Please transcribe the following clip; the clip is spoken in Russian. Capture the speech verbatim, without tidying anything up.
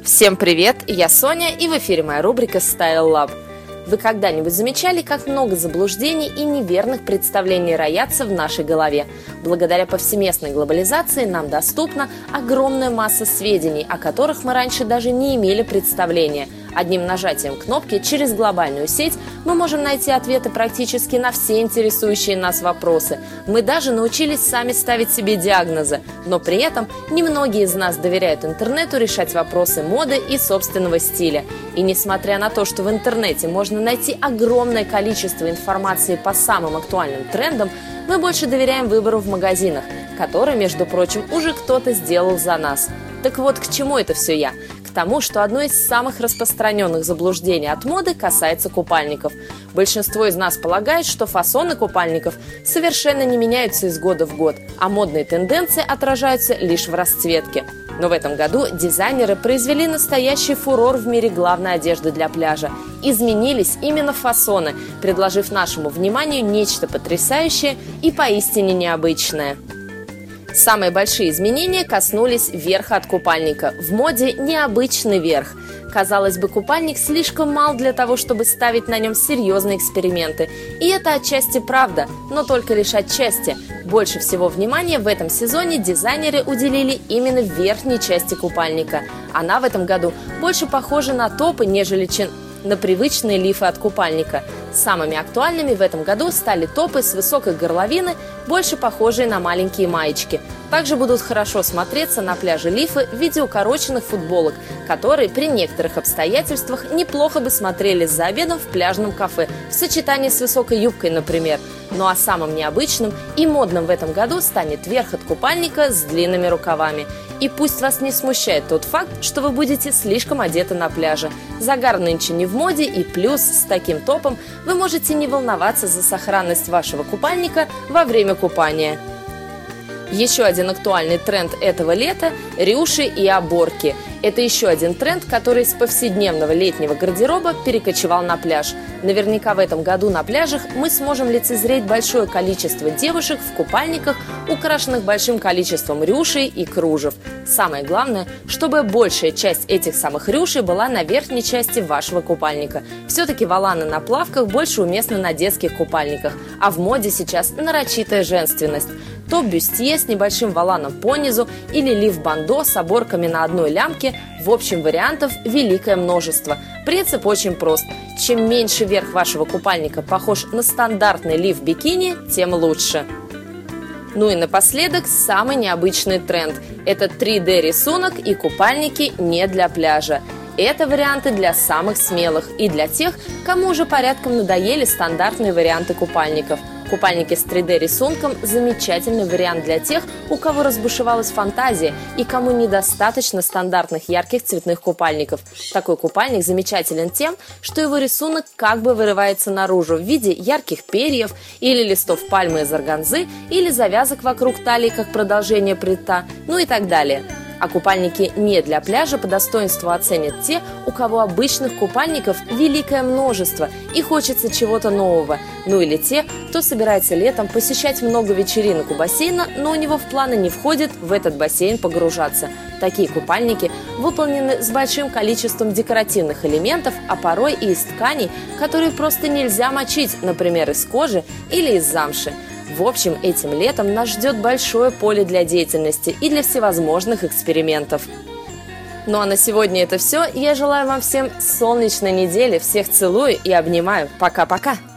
Всем привет, я Соня, и в эфире моя рубрика Style Lab. Вы когда-нибудь замечали, как много заблуждений и неверных представлений роятся в нашей голове? Благодаря повсеместной глобализации нам доступна огромная масса сведений, о которых мы раньше даже не имели представления. Одним нажатием кнопки через глобальную сеть мы можем найти ответы практически на все интересующие нас вопросы. Мы даже научились сами ставить себе диагнозы, но при этом немногие из нас доверяют интернету решать вопросы моды и собственного стиля. И несмотря на то, что в интернете можно найти огромное количество информации по самым актуальным трендам, мы больше доверяем выбору в магазинах, который, между прочим, уже кто-то сделал за нас. Так вот, к чему это все я? К тому, что одно из самых распространенных заблуждений от моды касается купальников. Большинство из нас полагает, что фасоны купальников совершенно не меняются из года в год, а модные тенденции отражаются лишь в расцветке. Но в этом году дизайнеры произвели настоящий фурор в мире главной одежды для пляжа. Изменились именно фасоны, предложив нашему вниманию нечто потрясающее и поистине необычное. Самые большие изменения коснулись верха от купальника. В моде необычный верх. Казалось бы, купальник слишком мал для того, чтобы ставить на нем серьезные эксперименты. И это отчасти правда, но только лишь отчасти. Больше всего внимания в этом сезоне дизайнеры уделили именно верхней части купальника. Она в этом году больше похожа на топы, нежели чем на привычные лифы от купальника. Самыми актуальными в этом году стали топы с высокой горловины, больше похожие на маленькие маечки. Также будут хорошо смотреться на пляже лифы в виде укороченных футболок, которые при некоторых обстоятельствах неплохо бы смотрелись за обедом в пляжном кафе, в сочетании с высокой юбкой, например. Ну а самым необычным и модным в этом году станет верх от купальника с длинными рукавами. И пусть вас не смущает тот факт, что вы будете слишком одеты на пляже. Загар нынче не в моде, и плюс с таким топом вы можете не волноваться за сохранность вашего купальника во время купания. Еще один актуальный тренд этого лета – рюши и оборки. Это еще один тренд, который из повседневного летнего гардероба перекочевал на пляж. Наверняка в этом году на пляжах мы сможем лицезреть большое количество девушек в купальниках, украшенных большим количеством рюшей и кружев. Самое главное, чтобы большая часть этих самых рюшей была на верхней части вашего купальника. Все-таки воланы на плавках больше уместны на детских купальниках, а в моде сейчас нарочитая женственность. Топ-бюстье с небольшим воланом по низу или лиф-бандо с оборками на одной лямке. В общем, вариантов великое множество. Принцип очень прост. Чем меньше верх вашего купальника похож на стандартный лиф-бикини, тем лучше. Ну и напоследок самый необычный тренд. Это три дэ рисунок и купальники не для пляжа. Это варианты для самых смелых и для тех, кому уже порядком надоели стандартные варианты купальников. Купальники с три дэ рисунком – замечательный вариант для тех, у кого разбушевалась фантазия и кому недостаточно стандартных ярких цветных купальников. Такой купальник замечателен тем, что его рисунок как бы вырывается наружу в виде ярких перьев или листов пальмы из органзы или завязок вокруг талии, как продолжение принта, ну и так далее. А купальники не для пляжа по достоинству оценят те, у кого обычных купальников великое множество и хочется чего-то нового. Ну или те, кто собирается летом посещать много вечеринок у бассейна, но у него в планы не входит в этот бассейн погружаться. Такие купальники выполнены с большим количеством декоративных элементов, а порой и из тканей, которые просто нельзя мочить, например, из кожи или из замши. В общем, этим летом нас ждет большое поле для деятельности и для всевозможных экспериментов. Ну а на сегодня это все. Я желаю вам всем солнечной недели. Всех целую и обнимаю. Пока-пока!